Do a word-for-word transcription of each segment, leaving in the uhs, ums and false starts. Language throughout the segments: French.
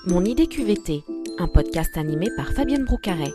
Mon idée Q V T, un podcast animé par Fabienne Broucaret.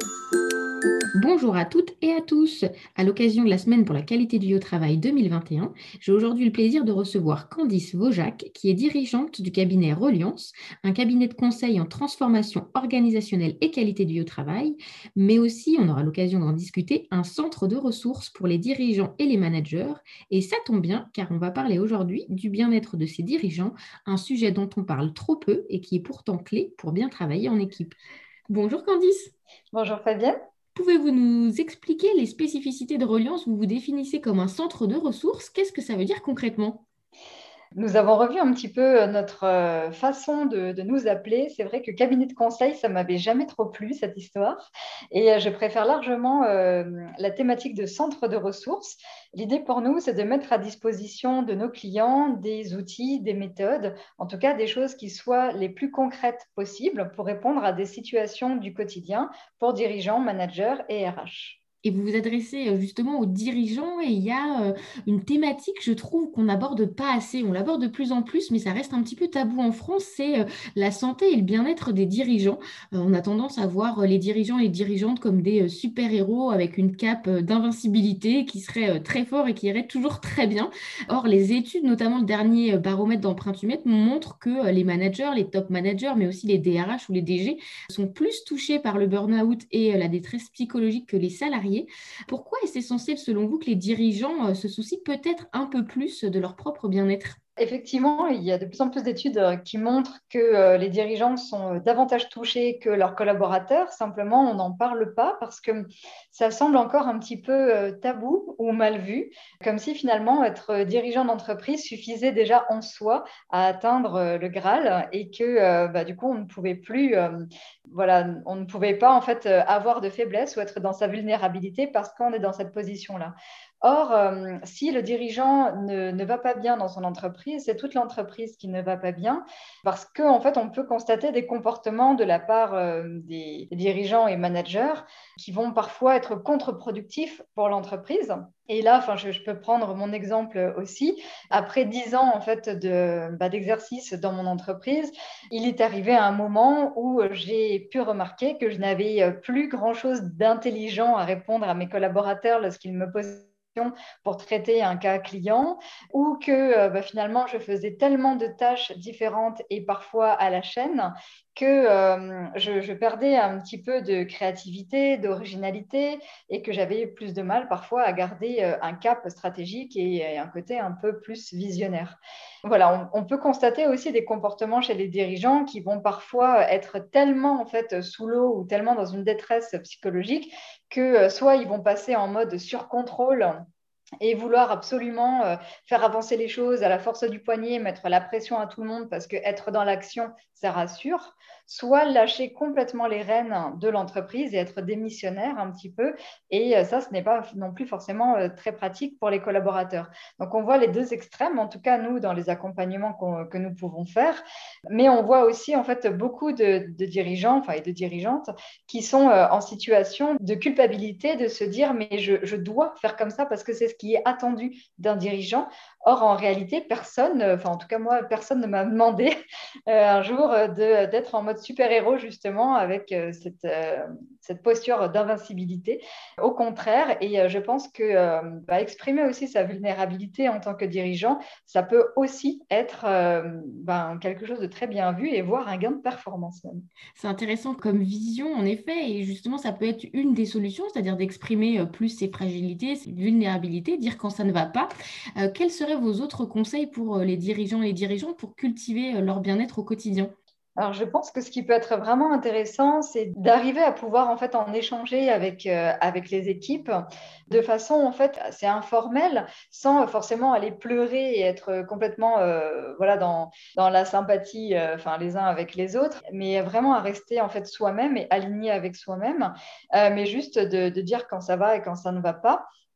Bonjour à toutes et à tous. À l'occasion de la Semaine pour la qualité de vie au travail deux mille vingt et un, j'ai aujourd'hui le plaisir de recevoir Candice Vaujac, qui est dirigeante du cabinet Reliance, un cabinet de conseil en transformation organisationnelle et qualité de vie au travail, mais aussi, on aura l'occasion d'en discuter, un centre de ressources pour les dirigeants et les managers. Et ça tombe bien, car on va parler aujourd'hui du bien-être de ces dirigeants, un sujet dont on parle trop peu et qui est pourtant clé pour bien travailler en équipe. Bonjour Candice. Bonjour Fabienne. Pouvez-vous nous expliquer les spécificités de Reliance? Vous vous définissez comme un centre de ressources. Qu'est-ce que ça veut dire concrètement? Nous avons revu un petit peu notre euh, façon de, de nous appeler. C'est vrai que cabinet de conseil, ça m'avait jamais trop plu, cette histoire. Et euh, je préfère largement euh, la thématique de centre de ressources. L'idée pour nous, c'est de mettre à disposition de nos clients des outils, des méthodes, en tout cas des choses qui soient les plus concrètes possibles pour répondre à des situations du quotidien pour dirigeants, managers et R H. Et vous vous adressez euh, justement aux dirigeants et il y a euh, une thématique, je trouve, qu'on n'aborde pas assez. On l'aborde de plus en plus, mais ça reste un petit peu tabou en France, c'est euh, la santé et le bien-être des dirigeants. Euh, on a tendance à voir euh, les dirigeants et les dirigeantes comme des euh, super-héros avec une cape euh, d'invincibilité qui serait euh, très fort et qui irait toujours très bien. Or, les études, notamment le dernier euh, baromètre d'empreinte humaine, montrent que euh, les managers, les top managers, mais aussi les D R H ou les D G sont plus touchés par le burn-out et euh, la détresse psychologique que les salariés. Pourquoi est-ce essentiel selon vous que les dirigeants euh, se soucient peut-être un peu plus de leur propre bien-être? Effectivement, il y a de plus en plus d'études euh, qui montrent que euh, les dirigeants sont euh, davantage touchés que leurs collaborateurs. Simplement, on n'en parle pas parce que ça semble encore un petit peu euh, tabou ou mal vu, comme si finalement être euh, dirigeant d'entreprise suffisait déjà en soi à atteindre euh, le Graal et que euh, bah, du coup, on ne pouvait plus, euh, voilà, on ne pouvait pas en fait euh, avoir de faiblesse ou être dans sa vulnérabilité parce qu'on est dans cette position-là. Or, euh, si le dirigeant ne, ne va pas bien dans son entreprise, c'est toute l'entreprise qui ne va pas bien parce qu'en fait, on peut constater des comportements de la part euh, des dirigeants et managers qui vont parfois être contre-productifs pour l'entreprise. Et là, enfin, je, je peux prendre mon exemple aussi. Après dix ans en fait de, bah, d'exercice dans mon entreprise, il est arrivé un moment où j'ai pu remarquer que je n'avais plus grand-chose d'intelligent à répondre à mes collaborateurs lorsqu'ils me posaient pour traiter un cas client ou que euh, bah, finalement je faisais tellement de tâches différentes et parfois à la chaîne que euh, je, je perdais un petit peu de créativité, d'originalité et que j'avais plus de mal parfois à garder euh, un cap stratégique et, et un côté un peu plus visionnaire. Voilà, on, on peut constater aussi des comportements chez les dirigeants qui vont parfois être tellement en fait sous l'eau ou tellement dans une détresse psychologique que euh, soit ils vont passer en mode surcontrôle et vouloir absolument euh, faire avancer les choses à la force du poignet, mettre la pression à tout le monde parce que être dans l'action, ça rassure, soit lâcher complètement les rênes de l'entreprise et être démissionnaire un petit peu. Et euh, ça, ce n'est pas non plus forcément euh, très pratique pour les collaborateurs. Donc, on voit les deux extrêmes, en tout cas, nous, dans les accompagnements qu'on, que nous pouvons faire. Mais on voit aussi, en fait, beaucoup de, de dirigeants enfin, et de dirigeantes qui sont euh, en situation de culpabilité, de se dire, mais je, je dois faire comme ça parce que c'est ce qui est attendu d'un dirigeant. Or, en réalité, personne, enfin en tout cas moi, personne ne m'a demandé euh, un jour de, d'être en mode super-héros justement avec euh, cette, euh, cette posture d'invincibilité. Au contraire, et euh, je pense que euh, bah, exprimer aussi sa vulnérabilité en tant que dirigeant, ça peut aussi être euh, ben, quelque chose de très bien vu et voire un gain de performance même. C'est intéressant comme vision, en effet, et justement, ça peut être une des solutions, c'est-à-dire d'exprimer euh, plus ses fragilités, ses vulnérabilités, dire quand ça ne va pas. Euh, quels seraient vos autres conseils pour euh, les dirigeants et les dirigeantes pour cultiver euh, leur bien-être au quotidien? Alors, je pense que ce qui peut être vraiment intéressant, c'est d'arriver à pouvoir en fait en échanger avec, euh, avec les équipes de façon en fait assez informelle, sans forcément aller pleurer et être complètement euh, voilà dans, dans la sympathie, euh, enfin les uns avec les autres, mais vraiment à rester en fait soi-même et aligné avec soi-même, euh, mais juste de, de dire quand ça va et quand ça ne va pas.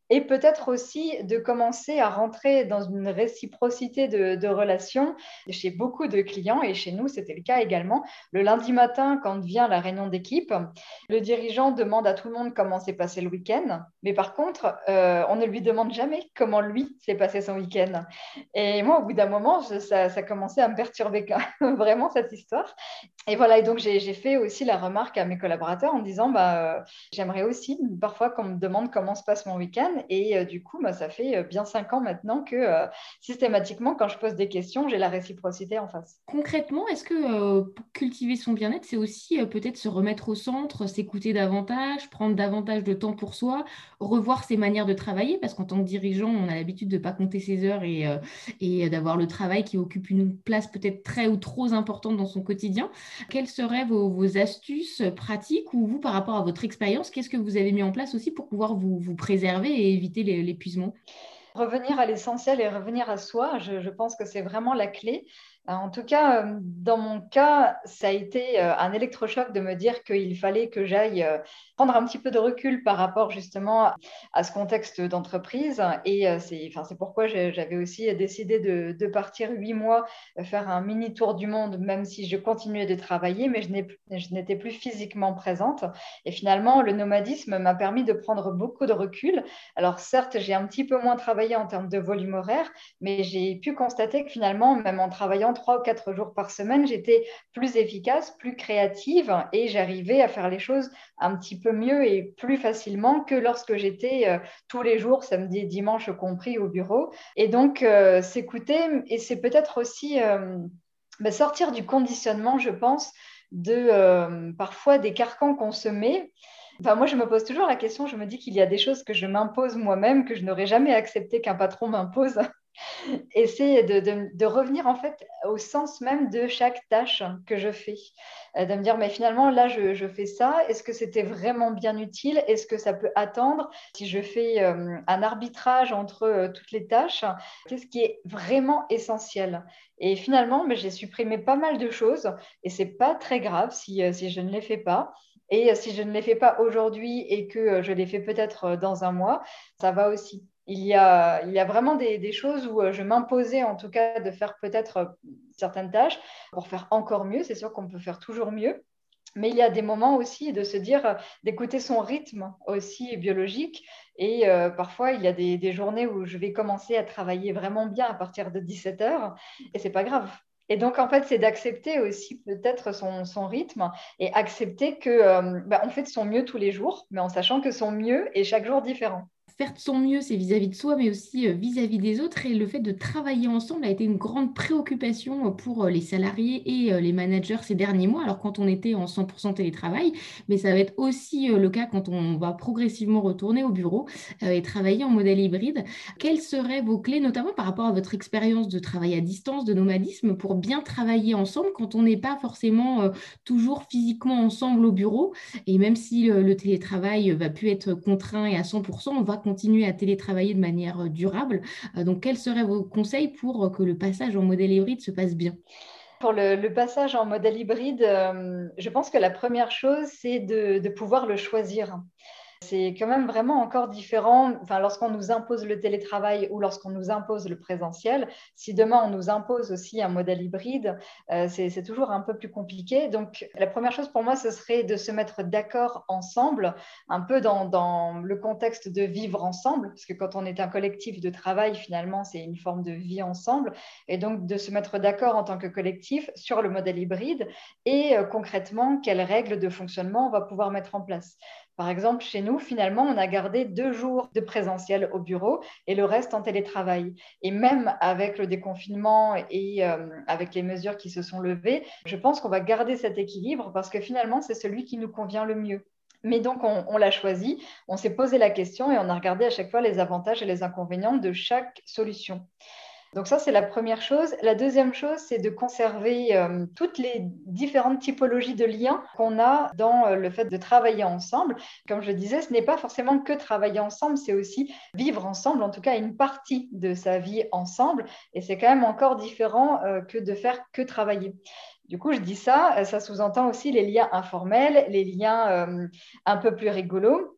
et peut-être aussi de commencer à rentrer dans une réciprocité de, de relations chez beaucoup de clients, et chez nous, c'était le cas également. Le lundi matin, quand vient la réunion d'équipe, le dirigeant demande à tout le monde comment s'est passé le week-end, mais par contre, euh, on ne lui demande jamais comment lui s'est passé son week-end. Et moi, au bout d'un moment, je- ça, ça commençait à me perturber quand même, vraiment, cette histoire. Et voilà, et donc j'ai j'ai fait aussi la remarque à mes collaborateurs en disant, bah, euh, j'aimerais aussi parfois qu'on me demande comment se passe mon week-end. Et euh, du coup, bah, ça fait euh, bien cinq ans maintenant que euh, systématiquement, quand je pose des questions, j'ai la réciprocité en face. Concrètement, est-ce que euh, pour cultiver son bien-être, c'est aussi euh, peut-être se remettre au centre, s'écouter davantage, prendre davantage de temps pour soi, revoir ses manières de travailler? Parce qu'en tant que dirigeant, on a l'habitude de ne pas compter ses heures et, euh, et d'avoir le travail qui occupe une place peut-être très ou trop importante dans son quotidien. Quelles seraient vos, vos astuces pratiques ou vous, par rapport à votre expérience, qu'est-ce que vous avez mis en place aussi pour pouvoir vous, vous préserver et éviter les- l'épuisement? Revenir à l'essentiel et revenir à soi, je, je pense que c'est vraiment la clé. Euh, En tout cas, euh, dans mon cas, ça a été euh, un électrochoc de me dire qu'il fallait que j'aille euh, prendre un petit peu de recul par rapport justement à ce contexte d'entreprise. Et euh, c'est, enfin, c'est pourquoi j'ai- j'avais aussi décidé de, de partir huit mois, euh, faire un mini tour du monde, même si je continuais de travailler, mais je n'ai- je n'étais plus physiquement présente. Et finalement, le nomadisme m'a permis de prendre beaucoup de recul. Alors certes, j'ai un petit peu moins travaillé en termes de volume horaire, mais j'ai pu constater que finalement, même en travaillant trois ou quatre jours par semaine, j'étais plus efficace, plus créative et j'arrivais à faire les choses un petit peu mieux et plus facilement que lorsque j'étais euh, tous les jours, samedi et dimanche compris, au bureau. Et donc, euh, s'écouter, et c'est peut-être aussi euh, bah, sortir du conditionnement, je pense, de euh, parfois des carcans qu'on se met. Enfin, moi, je me pose toujours la question, je me dis qu'il y a des choses que je m'impose moi-même, que je n'aurais jamais accepté qu'un patron m'impose. Et c'est de, de- de revenir en fait au sens même de chaque tâche que je fais. Euh, de me dire, mais finalement, là, je, je fais ça. Est-ce que c'était vraiment bien utile? Est-ce que ça peut attendre? Si je fais euh, un arbitrage entre euh, toutes les tâches, qu'est-ce qui est vraiment essentiel? Et finalement, ben, j'ai supprimé pas mal de choses et c'est pas très grave si, euh, si je ne les fais pas. Et euh, si je ne les fais pas aujourd'hui et que euh, je les fais peut-être euh, dans un mois, ça va aussi. Il y a, il y a vraiment des, des choses où euh, je m'imposais en tout cas de faire peut-être euh, certaines tâches pour faire encore mieux. C'est sûr qu'on peut faire toujours mieux. Mais il y a des moments aussi de se dire, euh, d'écouter son rythme aussi biologique. Et euh, parfois, il y a des, des journées où je vais commencer à travailler vraiment bien à partir de dix-sept heures et c'est pas grave. Et donc, en fait, c'est d'accepter aussi peut-être son, son rythme et accepter que euh, bah, on fait de son mieux tous les jours, mais en sachant que son mieux est chaque jour différent. Faire de son mieux, c'est vis-à-vis de soi, mais aussi euh, vis-à-vis des autres. Et le fait de travailler ensemble a été une grande préoccupation euh, pour euh, les salariés et euh, les managers ces derniers mois. Alors quand on était en cent pour cent télétravail, mais ça va être aussi euh, le cas quand on va progressivement retourner au bureau euh, et travailler en modèle hybride. Quelles seraient vos clés, notamment par rapport à votre expérience de travail à distance, de nomadisme, pour bien travailler ensemble quand on n'est pas forcément euh, toujours physiquement ensemble au bureau? Et même si euh, le télétravail va plus être contraint et à cent pour cent, on va continuer à télétravailler de manière euh, durable. Euh, donc, quels seraient vos conseils pour euh, que le passage en modèle hybride se passe bien? Pour le, le passage en modèle hybride, euh, je pense que la première chose, c'est de, de pouvoir le choisir. C'est quand même vraiment encore différent, enfin, lorsqu'on nous impose le télétravail ou lorsqu'on nous impose le présentiel. Si demain on nous impose aussi un modèle hybride, euh, c'est, c'est toujours un peu plus compliqué. Donc, la première chose pour moi, ce serait de se mettre d'accord ensemble, un peu dans, dans le contexte de vivre ensemble, parce que quand on est un collectif de travail, finalement, c'est une forme de vie ensemble. Et donc, de se mettre d'accord en tant que collectif sur le modèle hybride et euh, concrètement, quelles règles de fonctionnement on va pouvoir mettre en place. Par exemple, chez nous, finalement, on a gardé deux jours de présentiel au bureau et le reste en télétravail. Et même avec le déconfinement et euh, avec les mesures qui se sont levées, je pense qu'on va garder cet équilibre parce que finalement, c'est celui qui nous convient le mieux. Mais donc, on, on l'a choisi, on s'est posé la question et on a regardé à chaque fois les avantages et les inconvénients de chaque solution. Donc ça, c'est la première chose. La deuxième chose, c'est de conserver euh, toutes les différentes typologies de liens qu'on a dans euh, le fait de travailler ensemble. Comme je disais, ce n'est pas forcément que travailler ensemble, c'est aussi vivre ensemble, en tout cas une partie de sa vie ensemble. Et c'est quand même encore différent euh, que de faire que travailler. Du coup, je dis ça, ça sous-entend aussi les liens informels, les liens euh, un peu plus rigolos.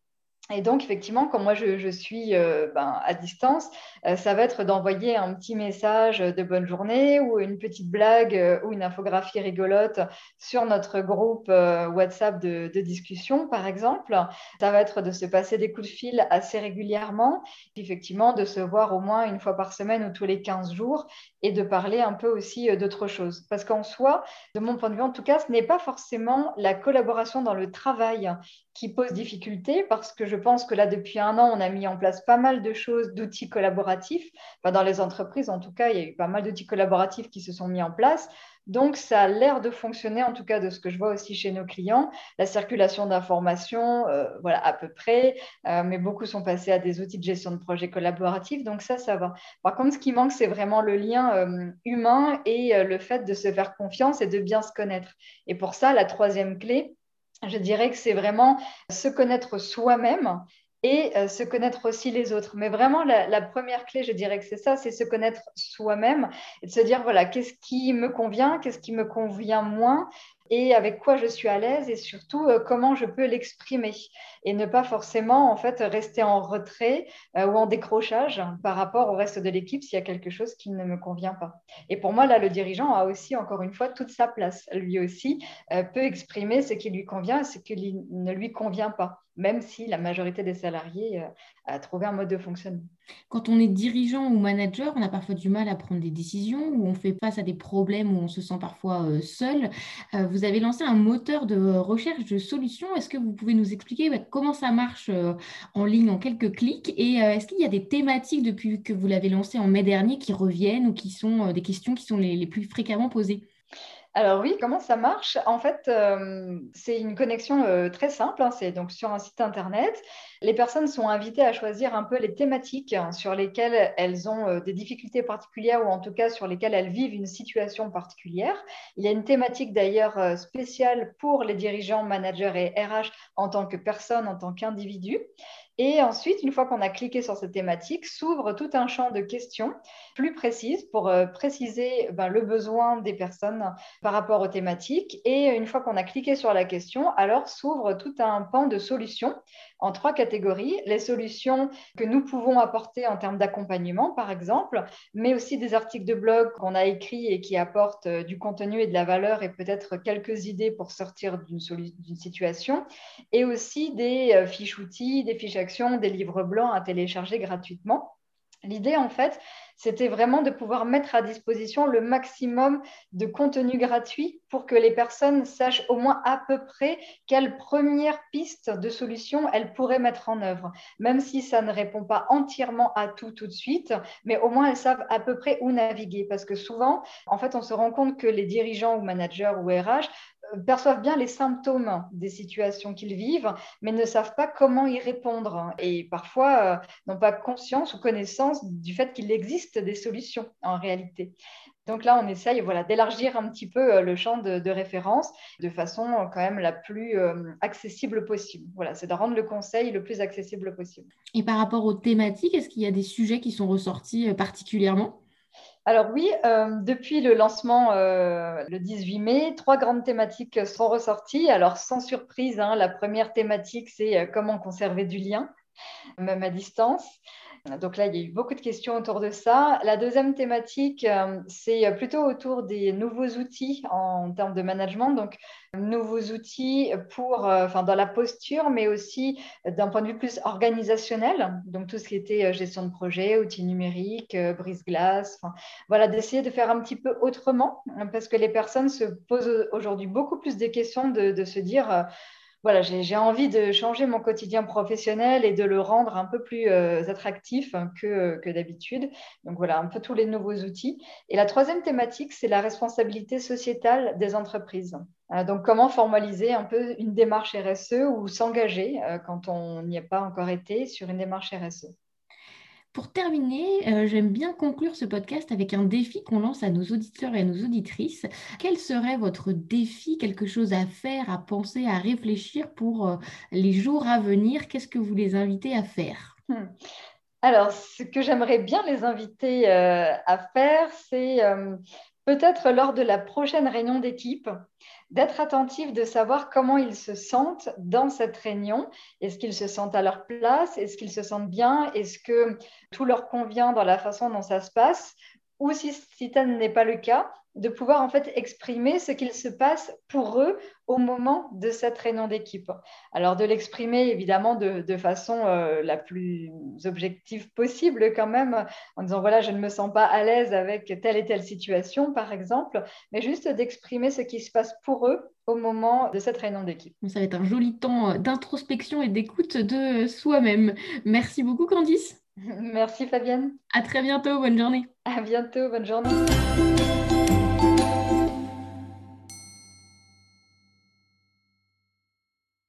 Et donc, effectivement, quand moi je, je suis euh, ben, à distance, euh, ça va être d'envoyer un petit message de bonne journée ou une petite blague euh, ou une infographie rigolote sur notre groupe euh, WhatsApp de, de discussion, par exemple. Ça va être de se passer des coups de fil assez régulièrement, effectivement, de se voir au moins une fois par semaine ou tous les quinze jours et de parler un peu aussi euh, d'autre chose. Parce qu'en soi, de mon point de vue en tout cas, ce n'est pas forcément la collaboration dans le travail qui pose difficulté parce que je pense que là, depuis un an, on a mis en place pas mal de choses, d'outils collaboratifs. Enfin, dans les entreprises, en tout cas, il y a eu pas mal d'outils collaboratifs qui se sont mis en place. Donc, ça a l'air de fonctionner, en tout cas de ce que je vois aussi chez nos clients. La circulation d'informations, euh, voilà, à peu près, euh, mais beaucoup sont passés à des outils de gestion de projets collaboratifs. Donc, ça, ça va. Par contre, ce qui manque, c'est vraiment le lien euh, humain et euh, le fait de se faire confiance et de bien se connaître. Et pour ça, la troisième clé, je dirais que c'est vraiment se connaître soi-même et euh, se connaître aussi les autres. Mais vraiment, la, la première clé, je dirais que c'est ça, c'est se connaître soi-même et de se dire, voilà, qu'est-ce qui me convient, qu'est-ce qui me convient moins et avec quoi je suis à l'aise et surtout euh, comment je peux l'exprimer et ne pas forcément en fait rester en retrait euh, ou en décrochage par rapport au reste de l'équipe s'il y a quelque chose qui ne me convient pas. Et pour moi, là, le dirigeant a aussi, encore une fois, toute sa place. Lui aussi euh, peut exprimer ce qui lui convient et ce qui ne lui convient pas, même si la majorité des salariés euh, a trouvé un mode de fonctionnement. Quand on est dirigeant ou manager, on a parfois du mal à prendre des décisions ou on fait face à des problèmes où on se sent parfois euh, seul. Euh, vous avez lancé un moteur de recherche de solutions. Est-ce que vous pouvez nous expliquer bah, comment ça marche euh, en ligne en quelques clics? Et euh, est-ce qu'il y a des thématiques depuis que vous l'avez lancé en mai dernier qui reviennent ou qui sont euh, des questions qui sont les, les plus fréquemment posées? Alors oui, comment ça marche? En fait, euh, c'est une connexion euh, très simple, hein, c'est donc sur un site internet. Les personnes sont invitées à choisir un peu les thématiques hein, sur lesquelles elles ont euh, des difficultés particulières ou en tout cas sur lesquelles elles vivent une situation particulière. Il y a une thématique d'ailleurs euh, spéciale pour les dirigeants, managers et R H en tant que personne, en tant qu'individu. Et ensuite, une fois qu'on a cliqué sur cette thématique, s'ouvre tout un champ de questions plus précises pour euh, préciser ben, le besoin des personnes par rapport aux thématiques. Et une fois qu'on a cliqué sur la question, alors s'ouvre tout un pan de solutions en trois catégories. Les solutions que nous pouvons apporter en termes d'accompagnement, par exemple, mais aussi des articles de blog qu'on a écrits et qui apportent du contenu et de la valeur et peut-être quelques idées pour sortir d'une, solu- d'une situation, et aussi des fiches outils, des fiches actions, des livres blancs à télécharger gratuitement. L'idée, en fait, c'était vraiment de pouvoir mettre à disposition le maximum de contenu gratuit pour que les personnes sachent au moins à peu près quelle première piste de solution elles pourraient mettre en œuvre. Même si ça ne répond pas entièrement à tout tout de suite, mais au moins elles savent à peu près où naviguer. Parce que souvent, en fait, on se rend compte que les dirigeants ou managers ou R H perçoivent bien les symptômes des situations qu'ils vivent, mais ne savent pas comment y répondre. Et parfois, euh, n'ont pas conscience ou connaissance du fait qu'il existe des solutions en réalité. Donc là, on essaye voilà, d'élargir un petit peu euh, le champ de, de référence de façon euh, quand même la plus euh, accessible possible. Voilà, c'est de rendre le conseil le plus accessible possible. Et par rapport aux thématiques, est-ce qu'il y a des sujets qui sont ressortis euh, particulièrement? Alors oui, euh, depuis le lancement euh, le dix-huit mai, trois grandes thématiques sont ressorties. Alors sans surprise, hein, la première thématique, c'est euh, comment conserver du lien, même à distance. Donc là, il y a eu beaucoup de questions autour de ça. La deuxième thématique, euh, c'est plutôt autour des nouveaux outils en termes de management. Donc, nouveaux outils pour, euh, enfin, dans la posture, mais aussi d'un point de vue plus organisationnel. Donc, tout ce qui était euh, gestion de projet, outils numériques, euh, brise-glace. Enfin, voilà, d'essayer de faire un petit peu autrement parce que les personnes se posent aujourd'hui beaucoup plus des questions de, de se dire... Euh, voilà, j'ai, j'ai envie de changer mon quotidien professionnel et de le rendre un peu plus euh, attractif que, que d'habitude. Donc voilà, un peu tous les nouveaux outils. Et la troisième thématique, c'est la responsabilité sociétale des entreprises. Euh, donc comment formaliser un peu une démarche R S E ou s'engager euh, quand on n'y a pas encore été sur une démarche R S E. Pour terminer, euh, j'aime bien conclure ce podcast avec un défi qu'on lance à nos auditeurs et à nos auditrices. Quel serait votre défi, quelque chose à faire, à penser, à réfléchir pour euh, les jours à venir? Qu'est-ce que vous les invitez à faire? Hmm. Alors, ce que j'aimerais bien les inviter euh, à faire, c'est... euh, peut-être lors de la prochaine réunion d'équipe, d'être attentif, de savoir comment ils se sentent dans cette réunion. Est-ce qu'ils se sentent à leur place? Est-ce qu'ils se sentent bien? Est-ce que tout leur convient dans la façon dont ça se passe? Ou si, si tel n'est pas le cas, de pouvoir en fait exprimer ce qu'il se passe pour eux au moment de cette réunion d'équipe. Alors de l'exprimer évidemment de, de façon euh, la plus objective possible quand même, en disant voilà, je ne me sens pas à l'aise avec telle et telle situation par exemple, mais juste d'exprimer ce qui se passe pour eux au moment de cette réunion d'équipe. Bon, ça va être un joli temps d'introspection et d'écoute de soi-même. Merci beaucoup Candice. Merci Fabienne. À très bientôt, bonne journée. À bientôt, bonne journée.